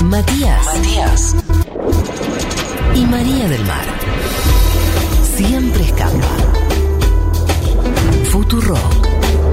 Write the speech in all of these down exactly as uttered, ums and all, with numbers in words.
Matías, Matías y María del Mar. Siempre escapa. Futurock.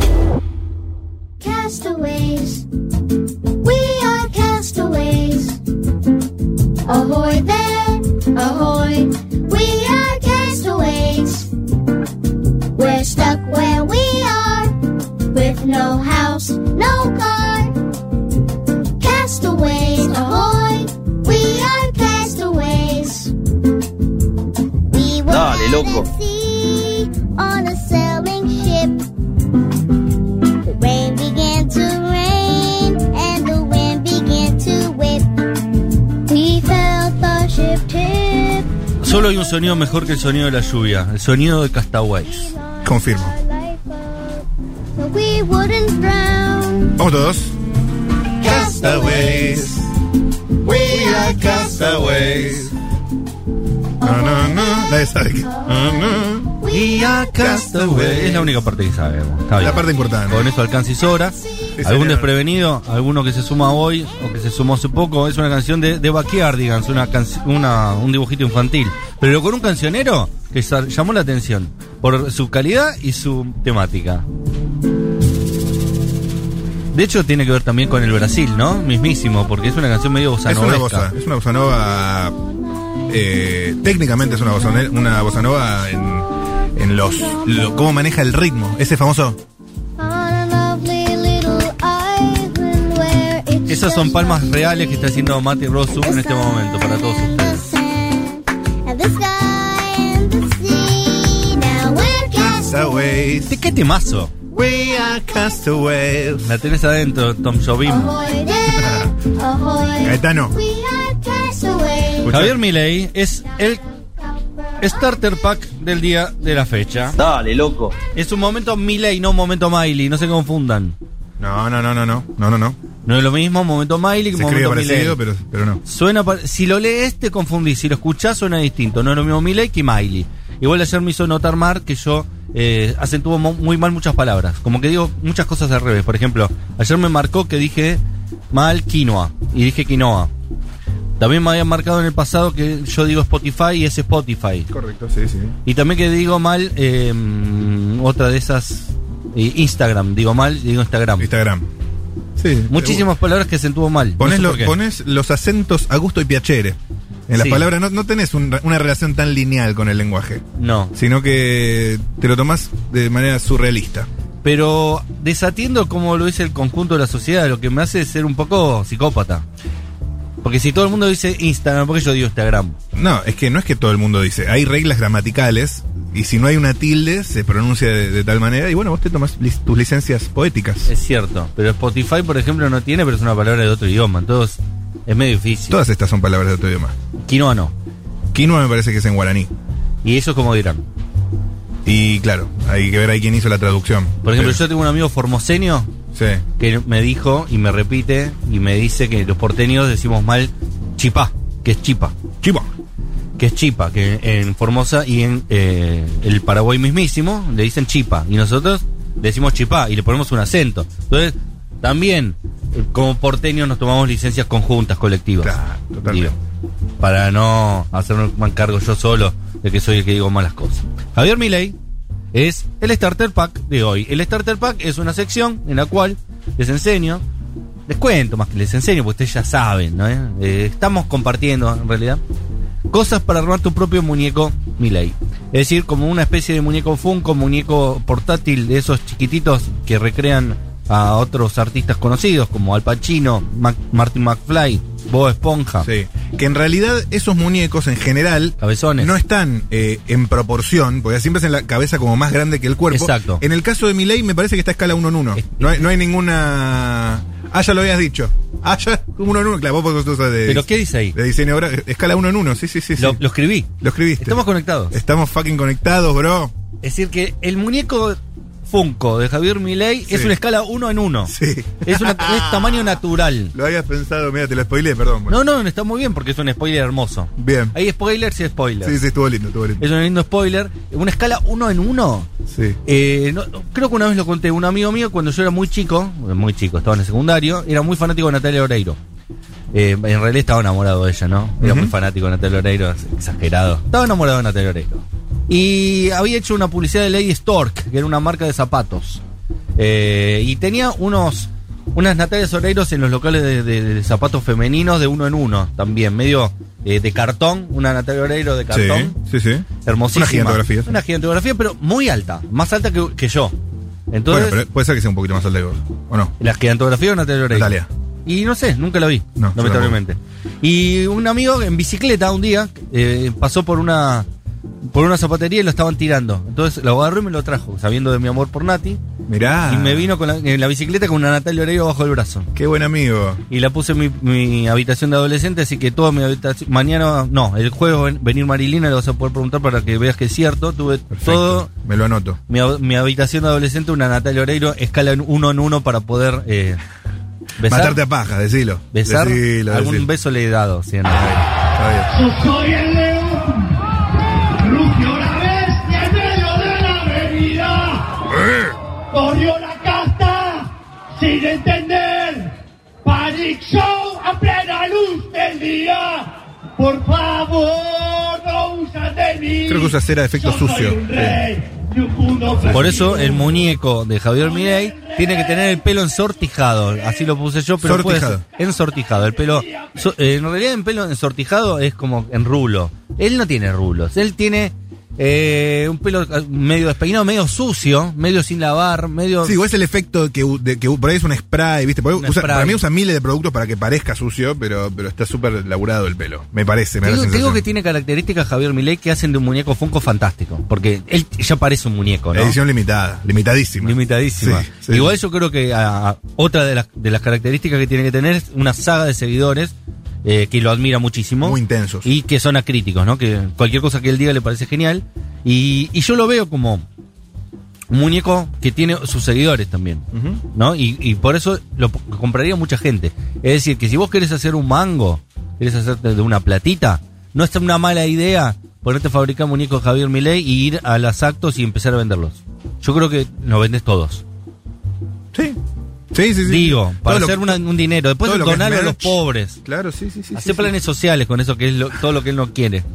Castaways, we are castaways. Ahoy there, ahoy, we are castaways. We're stuck where we are, with no house, no car. Castaways, ahoy, we are castaways. We were Dale, loco. at sea on a sailing ship. The rain began to rain and the wind began to whip. We felt the ship tip. Solo hay un sonido mejor que el sonido de la lluvia, el sonido de Castaways. Confirmo. We wouldn't drown. Vamos todos. Castaways, we are castaways. No, no, no. Nadie sabe que. No, no. We are castaways. Es la única parte que sabemos. Está bien. La parte importante. Con eso alcanza y sobra. Sí, ¿Algún señor. desprevenido? ¿Alguno que se suma hoy o que se sumó hace poco? Es una canción de, de Backyardigans, una, canci- una un dibujito infantil. Pero con un cancionero que sa- llamó la atención por su calidad y su temática. De hecho, tiene que ver también con el Brasil, ¿no? Mismísimo, porque es una canción medio bossa Es una novesca. bossa, es una bossa nova. Eh, técnicamente es una bossa, ne- una bossa nova en, en los. Lo, cómo maneja el ritmo. Ese famoso. on a lovely little island where it's Esas son just palmas us reales que está haciendo Mati Rosu en este momento para todos ustedes. and the sky and the sea. Now we're Castaways. ¿De qué temazo? We are castaways. La tenés adentro, Tom Jobim. ahoy there, ahoy. Gaetano. We are castaways. Escuchá. Javier Milei es el starter pack del día de la fecha. Dale, loco. Es un momento Milei, no un momento Miley, no se confundan. No, no, no, no, no. No, no, no. No es lo mismo momento Miley que Se escribe momento Milei. parecido, pero, pero no. Suena pa- si lo lees te confundís, si lo escuchás suena distinto. No es lo mismo Milei que Miley. Igual ayer me hizo notar Mar que yo eh, acentúo mo- muy mal muchas palabras. Como que digo muchas cosas al revés. Por ejemplo, ayer me marcó que dije mal quinoa y dije quinoa. También me habían marcado en el pasado que yo digo Spotify y es Spotify. Correcto, sí, sí. Y también que digo mal eh, otra de esas eh, Instagram, digo mal, digo Instagram. Instagram. Sí. Muchísimas palabras que acentúo mal. No Pones, sé lo- por qué. pones los acentos a gusto y piacere. En las Sí. palabras no, no tenés un- una relación tan lineal con el lenguaje, No. sino que te lo tomás de manera surrealista. Pero desatiendo como lo dice el conjunto de la sociedad, lo que me hace ser un poco psicópata. Porque si todo el mundo dice Instagram, ¿por qué yo digo Instagram? No, es que no es que todo el mundo dice. Hay reglas gramaticales y si no hay una tilde se pronuncia de, de tal manera y bueno, vos te tomás lic- tus licencias poéticas. Es cierto. Pero Spotify, por ejemplo, no tiene, pero es una palabra de otro idioma. Entonces es medio difícil. Todas estas son palabras de otro idioma. Quinoa no. Quinoa me parece que es en guaraní. Y eso como dirán. Y claro, hay que ver ahí quién hizo la traducción. Por ejemplo, Pero- yo tengo un amigo formoseño Sí. que me dijo y me repite y me dice que los porteños decimos mal chipá, que es chipa. Chivo. Que es chipa, que en Formosa y en eh, el Paraguay mismísimo le dicen chipa. Y nosotros decimos chipá y le ponemos un acento. Entonces, también, eh, como porteños nos tomamos licencias conjuntas, colectivas. Claro, totalmente. Digo, para no hacerme más cargo yo solo de que soy el que digo malas cosas. Javier Milei es el Starter Pack de hoy. El Starter Pack es una sección en la cual les enseño, les cuento más que les enseño, porque ustedes ya saben, ¿no? Eh, estamos compartiendo en realidad cosas para armar tu propio muñeco Milei. Es decir, como una especie de muñeco Funko, muñeco portátil de esos chiquititos que recrean a otros artistas conocidos como Al Pacino, Mac- Martin McFly, Bob Esponja, Sí. Que en realidad esos muñecos en general Cabezones. no están eh, en proporción, porque siempre es en la cabeza como más grande que el cuerpo. Exacto. En el caso de Milei me parece que está a escala uno en uno. Es- No hay, no hay ninguna... Ah, ya lo habías dicho. Ah, ya, uno en uno. Claro, vos porque sos de, ¿Pero qué dice ahí? de diseño ahora. Escala uno en uno, sí, sí, sí. Lo, sí. lo escribí. Lo escribiste. Estamos conectados. Estamos fucking conectados, bro. Es decir, que el muñeco Funko de Javier Milei Sí. es una escala uno en uno. Sí. Es, una, es tamaño natural. Lo habías pensado, mira, te lo spoileé, perdón. No, no, está muy bien porque es un spoiler hermoso. Bien. Hay spoilers y spoilers. Sí, sí, estuvo lindo, estuvo lindo. Es un lindo spoiler. Una escala uno en uno. Sí. Eh, no- no, creo que una vez lo conté. Un amigo mío, cuando yo era muy chico, muy chico, estaba en el secundario, era muy fanático de Natalia Oreiro. Eh, en realidad estaba enamorado de ella, ¿no? Era Uh-huh. muy fanático de Natalia Oreiro, exagerado. Estaba enamorado de Natalia Oreiro. Y había hecho una publicidad de Lady Stork, que era una marca de zapatos. Eh, y tenía unos unas Natalias Oreiros en los locales de, de- de zapatos femeninos de uno en uno también, medio eh, de cartón, una Natalia Oreiro de cartón. Sí, sí, sí. Hermosísima. Una gigantografía. Una gigantografía, pero muy alta, más alta que, que yo. Entonces, Bueno, pero puede ser que sea un poquito más alta que vos, ¿o no? la gigantografía de Natalia Oreiro. Natalia. Y no sé, nunca la vi, No, yo lamentablemente. Y un amigo en bicicleta un día eh, pasó por una por una zapatería y lo estaban tirando. Entonces lo agarró y me lo trajo, sabiendo de mi amor por Nati. Mirá. Y me vino con la, en la bicicleta con una Natalia Oreiro bajo el brazo. Qué buen amigo. Y la puse en mi, mi habitación de adolescente, así que toda mi habitación... Mañana, no, el jueves va a venir Marilina, le vas a poder preguntar para que veas que es cierto. Tuve Perfecto. todo... Me lo anoto. Mi, mi habitación de adolescente, una Natalia Oreiro, escala en uno en uno para poder eh, besar. Matarte a paja, decilo. Besar. Decilo, Algún decilo. beso le he dado, sí, a Natalia. Está bien. Yo soy el león, rugió la bestia en medio de la avenida. Corrió la casta sin entender. Panic Show a plena luz del día. Por favor, no usan de mí. Creo que usa cera de efecto Yo soy sucio. un rey de un mundo Por eso festivo. el muñeco de Javier Milei tiene que tener el pelo ensortijado. Así lo puse yo, pero puede Sortijado. ser ensortijado. El pelo, so- eh, en realidad, el pelo ensortijado es como en rulo. Él no tiene rulos. Él tiene eh, un pelo medio despeinado, medio sucio, medio sin lavar, medio. Sí, o es el efecto que, u- de, que u- por ahí es un spray, ¿viste? Por ahí Un usa- spray. Para mí usa miles de productos para que parezca sucio, pero, pero está súper laburado el pelo. Me parece, me Te da la digo, te digo sensación. que tiene características Javier Milei que hacen de un muñeco Funko fantástico. Porque él ya parece un muñeco, ¿no? Edición limitada, limitadísima. Limitadísima. Sí, sí. Igual yo creo que a- a- otra de las, de las características que tiene que tener es una saga de seguidores eh, que lo admira muchísimo. Muy intensos. Y que son acríticos, ¿no? Que cualquier cosa que él diga le parece genial. Y, y yo lo veo como un muñeco que tiene sus seguidores también, Ujú. ¿no? Y, y por eso lo p- compraría mucha gente. Es decir, que si vos querés hacer un mango, querés hacerte de una platita, no es una mala idea ponerte a fabricar muñecos de Javier Milei y ir a los actos y empezar a venderlos. Yo creo que los vendes todos. Sí. Sí, sí, sí. Digo, para Todo lo- hacer una- un dinero. Después todo lo que es donarlo a los merch. pobres. Claro, sí, sí, sí. Hacer sí, planes sociales con eso, que es lo- todo lo que él no quiere.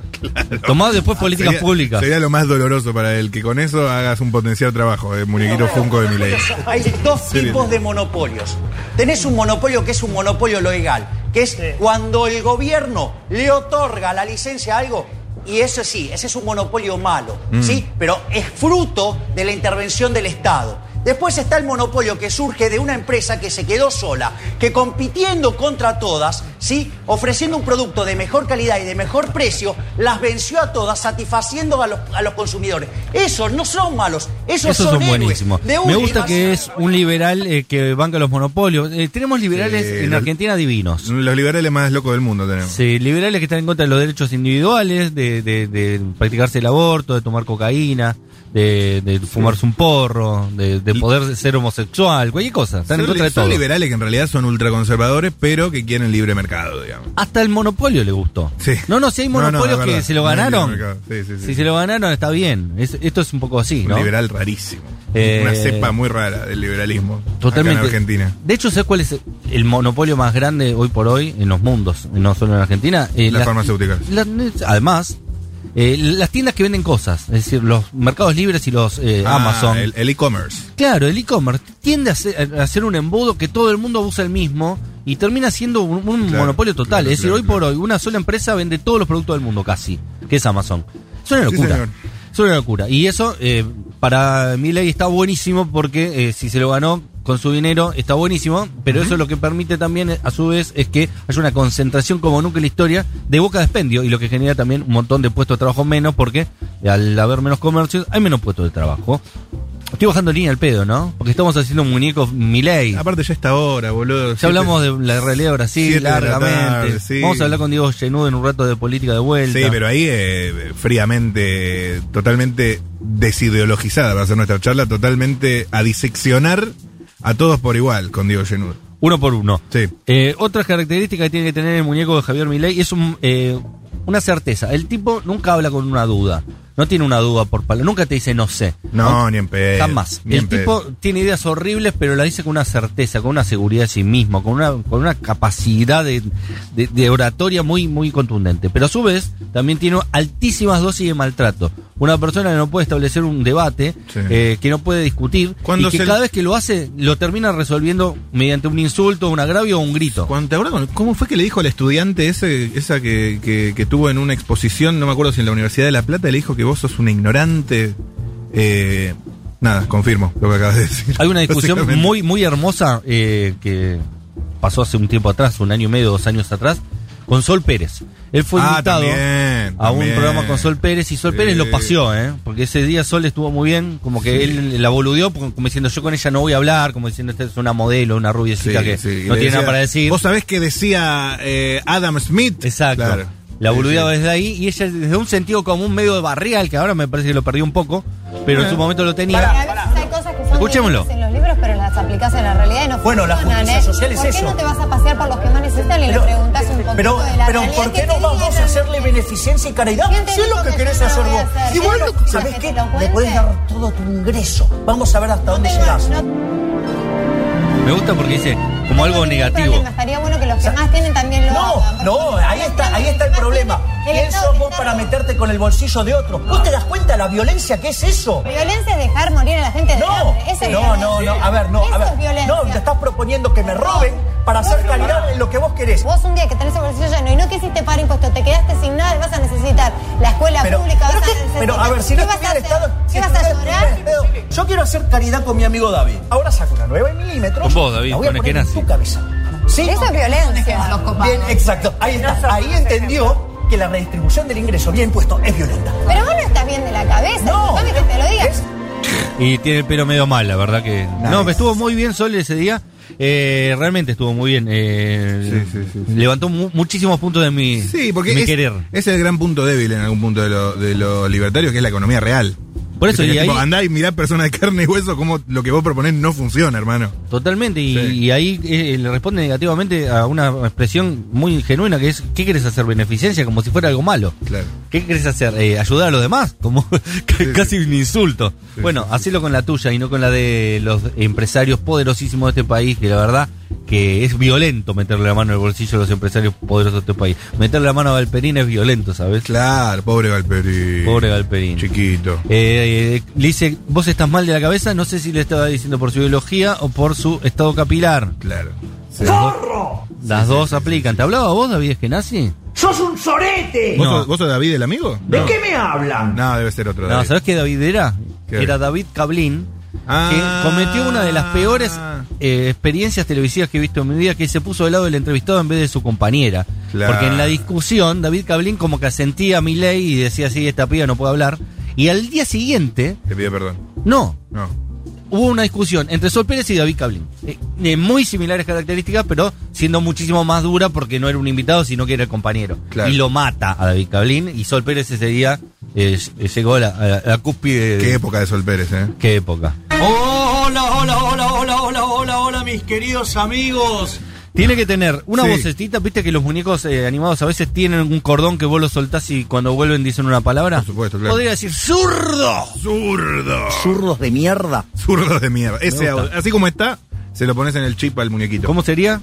Tomar después sí. políticas Sería- públicas. Sería lo más doloroso para él, que con eso hagas un potencial trabajo de muñequito Funko de Milei. Hay dos Sí, tipos bien. de monopolios. Tenés un monopolio que es un monopolio legal, que es cuando el gobierno le otorga la licencia a algo, y eso sí, ese es un monopolio malo, ¿sí? Pero es fruto de la intervención del Estado. Después está el monopolio que surge de una empresa que se quedó sola, que compitiendo contra todas, ¿sí? Ofreciendo un producto de mejor calidad y de mejor precio, las venció a todas, satisfaciendo a los, a los consumidores. Esos no son malos, esos, Esos son, son héroes. buenísimos. De Me gusta últimas- que es un liberal eh, que banca los monopolios. Eh, tenemos liberales Sí, en los- Argentina divinos. Los liberales más locos del mundo tenemos. Sí, liberales que están en contra de los derechos individuales, de, de, de practicarse el aborto, de tomar cocaína, de, de fumarse un porro, de, de poder ser homosexual, cualquier cosa. Están en Son, contra de li- son todo. liberales que en realidad son ultraconservadores, pero que quieren libre mercado, digamos. Hasta el monopolio le gustó. Sí. No, no, si hay No, no, monopolios es que verdad. se lo No hay ganaron. libre mercado. Sí, sí, sí. Si se lo ganaron está bien. Es- esto es un poco así, Un ¿no? liberal rarísimo. Eh, Una cepa muy rara del liberalismo. Totalmente. Acá en Argentina. De hecho, ¿sabes cuál es el monopolio más grande hoy por hoy en los mundos? No solo en Argentina. Eh, Las farmacéuticas. la- además, eh, las tiendas que venden cosas, es decir, los mercados libres y los eh, Ah, Amazon. El el e-commerce. Claro, el e-commerce tiende a ser, a ser un embudo que todo el mundo usa el mismo y termina siendo un, un Claro, monopolio total. claro, es decir, claro, hoy por claro. hoy una sola empresa vende todos los productos del mundo casi, que es Amazon. Es una Sí, locura. señor. es una locura. Y eso eh, para Milei está buenísimo porque eh, si se lo ganó con su dinero está buenísimo, pero eso lo que permite también eh, a su vez es que haya una concentración como nunca en la historia de boca de expendio y lo que genera también un montón de puestos de trabajo menos porque al haber menos comercios hay menos puestos de trabajo. Estoy bajando línea al pedo, ¿no? Porque estamos haciendo muñecos Milei. Aparte ya está ahora, boludo. Ya hablamos de la realidad de Brasil siete de la largamente. tarde, sí. Vamos a hablar con Diego Genudo en un rato de política de vuelta. Sí, pero ahí eh, fríamente, totalmente desideologizada va a ser nuestra charla, totalmente a diseccionar a todos por igual con Diego Genudo. Uno por uno. Sí. Eh, otra característica que tiene que tener el muñeco de Javier Milei es un, eh, una certeza. El tipo nunca habla con una duda. no tiene una duda por palabra, nunca te dice no sé. No, ni en pedo. Jamás. Ni El en tipo pedo. tiene ideas horribles, pero las dice con una certeza, con una seguridad de sí mismo, con una, con una capacidad de, de, de oratoria muy, muy contundente. Pero a su vez, también tiene altísimas dosis de maltrato. Una persona que no puede establecer un debate, Sí. eh, que no puede discutir, Cuando y que se- cada vez que lo hace, lo termina resolviendo mediante un insulto, un agravio o un grito. Cuando, ¿te acuerdas cómo fue que le dijo al estudiante ese, esa que, que, que tuvo en una exposición, no me acuerdo si en la Universidad de La Plata, le dijo que vos sos un ignorante? Eh, nada, confirmo lo que acabas de decir. Hay una discusión Básicamente. muy, muy hermosa eh, que pasó hace un tiempo atrás, un año y medio, dos años atrás, con Sol Pérez. Él fue Ah, invitado también, a un también. programa con Sol Pérez y Sol Sí. Pérez lo paseó, ¿eh? Porque ese día Sol estuvo muy bien, como que él la boludeó, como diciendo yo con ella no voy a hablar, como diciendo esta es una modelo, una rubiecita Sí, que sí, y no le tiene decía, nada para decir. Vos sabés que decía eh, Adam Smith. Exacto. Claro. La Sí, boludeaba sí. desde ahí y ella desde un sentido común medio de barrial, que ahora me parece que lo perdió un poco, pero en su momento lo tenía. Porque a veces hay cosas que son Escuchémoslo. divinas en los libros, pero las aplicás en la realidad y no Bueno, la funcionan, justicia ¿eh? social es ¿Por qué eso? no te vas a pasear por los que más necesitan y Pero- le preguntás un poquito Pero, de la pero realidad ¿por qué que no te vamos digan? a hacerle beneficencia y caridad? ¿Quién te Si es dijo lo que que querés yo no hacer lo voy vos. a hacer? Y bueno, ¿Quién te dijo ¿sabés que qué? te lo Le cuente? podés dar todo tu ingreso. Vamos a ver hasta dónde Tengo- llegás. no- Me gusta porque dice como algo no tengo ningún negativo. problema. Estaría bueno que los que más tienen también lo No, hagan. no, ahí está, ahí está el problema. ¿Quién sos vos para meterte con el bolsillo de otro? ¿Vos te das cuenta de la violencia que es eso? Violencia es dejar morir a la gente de No, hambre. Eso es no, violencia. no, no, a ver, no, Eso a ver. es violencia. No, te estás proponiendo que me roben para hacer calidad en lo que vos querés. Vos un día que tenés el bolsillo lleno y no quisiste pagar impuestos, te quedaste sin nada y vas a necesitar la escuela Pero, pública, pero, vas qué- a necesitar... pero, a ver, si no ¿Qué vas a estuviera el hacer? Estado... ¿Qué si vas a estuviera llorar? el Estado- Yo quiero hacer caridad con mi amigo David. Ahora saco una nueve milímetros. Con vos, David, la voy a con el poner que en nací. tu cabeza. ¿Sí? Eso es violencia. Bien, exacto. Ahí está. Ahí entendió que la redistribución del ingreso vía impuesto es violenta. Pero vos no estás bien de la cabeza. No. Disculpame que te lo diga. ¿Ves? Y tiene el pelo medio mal, la verdad que... Nice. No, pero estuvo muy bien Sol ese día. Eh, realmente estuvo muy bien. Eh, Sí, sí, sí, sí. Levantó mu- muchísimos puntos de mi, Sí, porque mi es, querer. es el gran punto débil en algún punto de lo, de lo libertario, que es la economía real. Por eso, Viste y que, tipo, ahí- andá y mirá personas de carne y hueso como lo que vos proponés no funciona, hermano. Totalmente, y, Sí. y ahí eh, le responde negativamente a una expresión muy genuina que es, ¿qué querés hacer? Beneficencia, como si fuera algo malo. Claro. ¿Qué querés hacer? Eh, ¿Ayudar a los demás? Como Sí, casi un insulto. Sí, bueno, sí, sí. hacelo con la tuya y no con la de los empresarios poderosísimos de este país, que la verdad que es violento meterle la mano en el bolsillo a los empresarios poderosos de este país. Meterle la mano a Galperín es violento, ¿sabes? Claro, pobre Galperín. Pobre Galperín. Chiquito. Eh, eh, le dice, vos estás mal de la cabeza, no sé si le estaba diciendo por su ideología o por su estado capilar. Claro. Sí. Las dos aplican. ¿Te hablaba vos, David Eskenazi? ¡Sos un sorete! ¿Vos, No. sos, vos sos David el amigo? ¿De No. qué me hablan? No, debe ser otro No, David. ¿sabés qué David era? ¿Qué? Era David Cablín, Ah. que cometió una de las peores eh, experiencias televisivas que he visto en mi vida, que se puso del lado del entrevistado en vez de su compañera. Claro. Porque en la discusión, David Cablín como que asentía a Milei y decía, sí, esta piba no puede hablar. Y al día siguiente, Te pido perdón. no, No. hubo una discusión entre Sol Pérez y David Cablín. Eh, de muy similares características, pero siendo muchísimo más dura porque no era un invitado, sino que era el compañero. Claro. Y lo mata a David Cablín, y Sol Pérez ese día eh, llegó a la, a la- a la cúspide de... Qué época de Sol Pérez, ¿eh? ¿Qué época? Hola, hola, hola, hola, hola, hola, hola, mis queridos amigos. Tiene que tener una Sí. vocecita, viste que los muñecos eh, animados a veces tienen un cordón que vos lo soltás y cuando vuelven dicen una palabra. Por supuesto, claro. Podría decir ¡zurdo! Zurdo. Zurdos de mierda. Zurdo de mierda. Ese Me gusta. audio. Así como está, se lo pones en el chip al muñequito. ¿Cómo sería?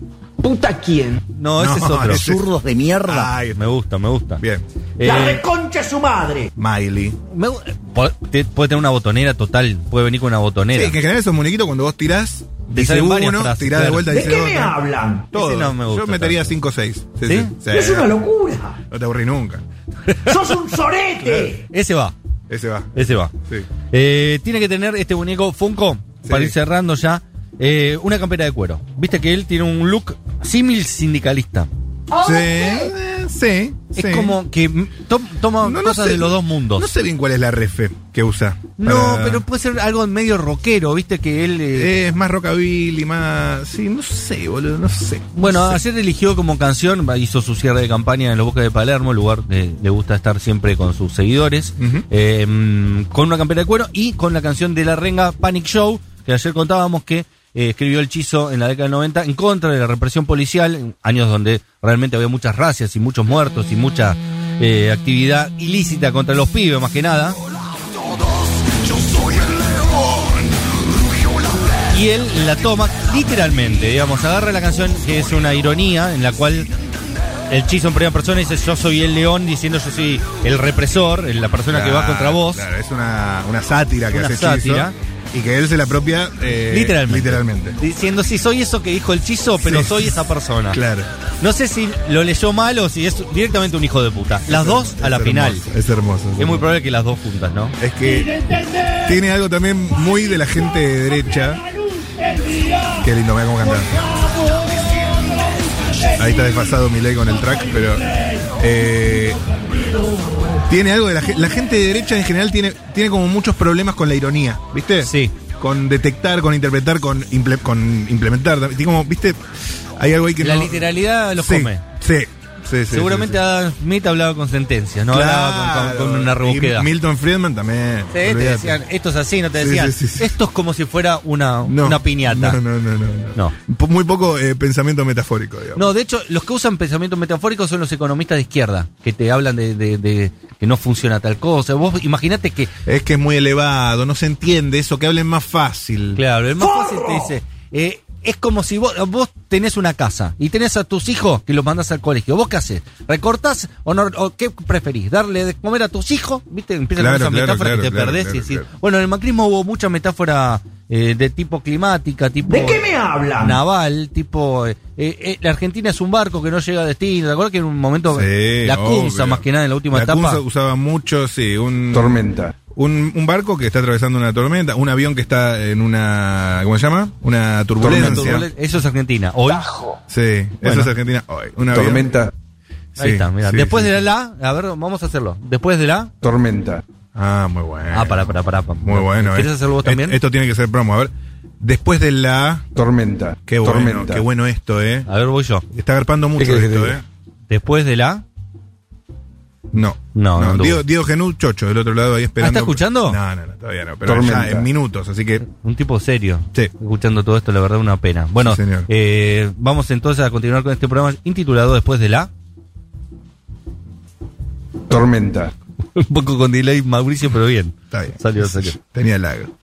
¿Puta quién? No, ese No, es otro. ese- Zurdos de mierda. Ay, Me gusta, me gusta. bien. Eh, La reconcha su madre. Miley. me gu- po- te- puede tener una botonera total, puede venir con una botonera. Sí, que en general esos muñequitos cuando vos tirás, Te dice salen varias uno, frases, tirás de claro. vuelta, ¿De dice qué otro. me hablan? Todo. Ese no me gusta Yo metería tanto. cinco o seis. Sí, ¿Sí? sí, sí. Es una locura. No te aburrí nunca. ¡Sos un sorete! Ese va, Ese va. ese va. Sí. Eh, tiene que tener este muñeco Funko, Sí. para ir cerrando ya, eh, una campera de cuero. Viste que él tiene un look símil sindicalista. Sí, eh, sí. Es sí. como que mm, to- toma No, no cosas sé- de los dos mundos. No sé bien cuál es la refe que usa. No, para- pero puede ser algo medio rockero, viste que él... eh, Es más rockabilly, más. Sí, no sé, boludo, no sé. bueno, No sé. ayer eligió como canción, va, hizo su cierre de campaña en los Bosques de Palermo, lugar de, le gusta estar siempre con sus seguidores, Ujú. eh, mm, con una campera de cuero y con la canción de La Renga, Panic Show, que ayer contábamos que eh, escribió el Chizo en la década del noventa en contra de la represión policial, en años donde realmente había muchas racias y muchos muertos y mucha eh, actividad ilícita contra los pibes, más que nada. Y él la toma literalmente, digamos, agarra la canción que es una ironía en la cual el Chizo en primera persona dice yo soy el león, diciendo yo soy el represor, la persona Claro, que va contra vos. Claro, es una, una sátira que Una hace sátira. Chizo. Y que él se la apropia eh, Literalmente. literalmente. Diciendo sí, soy eso que dijo el Chizo, pero Sí. soy esa persona. Claro. No sé si lo leyó mal o si es directamente un hijo de puta. Las dos a la Es final. hermoso, es hermoso. Es muy probable que las dos juntas, ¿no? Es que tiene algo también muy de la gente de derecha. Qué lindo, mira cómo cantar. Ahí está desfasado Milei con el track, pero eh, tiene algo de la, ge- la gente de derecha en general tiene, tiene como muchos problemas con la ironía, ¿viste? Sí. Con detectar, con interpretar, con, imple- con implementar. Tiene como, ¿viste? Hay algo ahí que La no... literalidad los Sí, come. Sí, sí, sí. Seguramente sí, sí. Adam Smith hablaba con sentencias, no hablaba con, con- con una Y rebusqueda. Milton Friedman también. Sí, te olvídate. decían, esto es así, no te Sí, decían, sí, sí, sí. esto es como si fuera una, No, una piñata. No, no, no, no. no. No. Po- Muy poco eh, pensamiento metafórico, digamos. No, de hecho, los que usan pensamientos metafóricos son los economistas de izquierda, que te hablan de, de- de que no funciona tal cosa. Vos imaginate que, Es que es muy elevado, no se entiende eso, que hablen más fácil. claro, el más fácil te dice, eh, es como si vos, vos tenés una casa y tenés a tus hijos que los mandás al colegio. ¿Vos qué haces? ¿Recortás o no? O ¿qué preferís? ¿Darle de comer a tus hijos? ¿Viste? Empieza Claro, con esa claro, metáfora claro, que te claro, perdés claro, y decir. claro. Bueno, en el macrismo hubo mucha metáfora eh, de tipo climática, tipo. ¿De qué me hablan? Naval, tipo. eh, eh, la Argentina es un barco que no llega a destino. ¿Te acuerdas que en un momento. Sí, la Kunza, obvio. más que nada, en la última La etapa. Kunza usaba mucho, sí, un... Tormenta. Un, un barco que está atravesando una tormenta, un avión que está en una... ¿Cómo se llama? Una turbulencia. Turbulen- Eso es Argentina. Hoy. Sí, eso Bueno. es Argentina hoy. Un avión. Tormenta. Sí, Ahí está, mira. sí, Después sí, de sí. la, la, a ver, vamos a hacerlo. Después de la. Tormenta. Ah, muy bueno. Ah, pará, pará, pará. Muy bueno. ¿Quieres eh. hacerlo vos también? Et- Esto tiene que ser promo. A ver, después de la... Tormenta. Qué bueno, Tormenta. qué bueno esto, ¿eh? A ver, voy yo. Está agarpando mucho ¿Qué querés que esto, te ¿eh? diga? Después de la. No. No, no anduvo. Diego, Diego Genú, Chocho, del otro lado ahí esperando. ¿Ah, está escuchando? No, no, no, todavía no. Pero Tormenta. ya en minutos, así que... Un tipo serio. Sí. Escuchando todo esto, la verdad, una pena. Bueno, Sí, señor. eh, vamos entonces a continuar con este programa intitulado Después de la. Tormenta. Un poco con delay, Mauricio, pero bien. Está bien. Salió, salió. Tenía lago.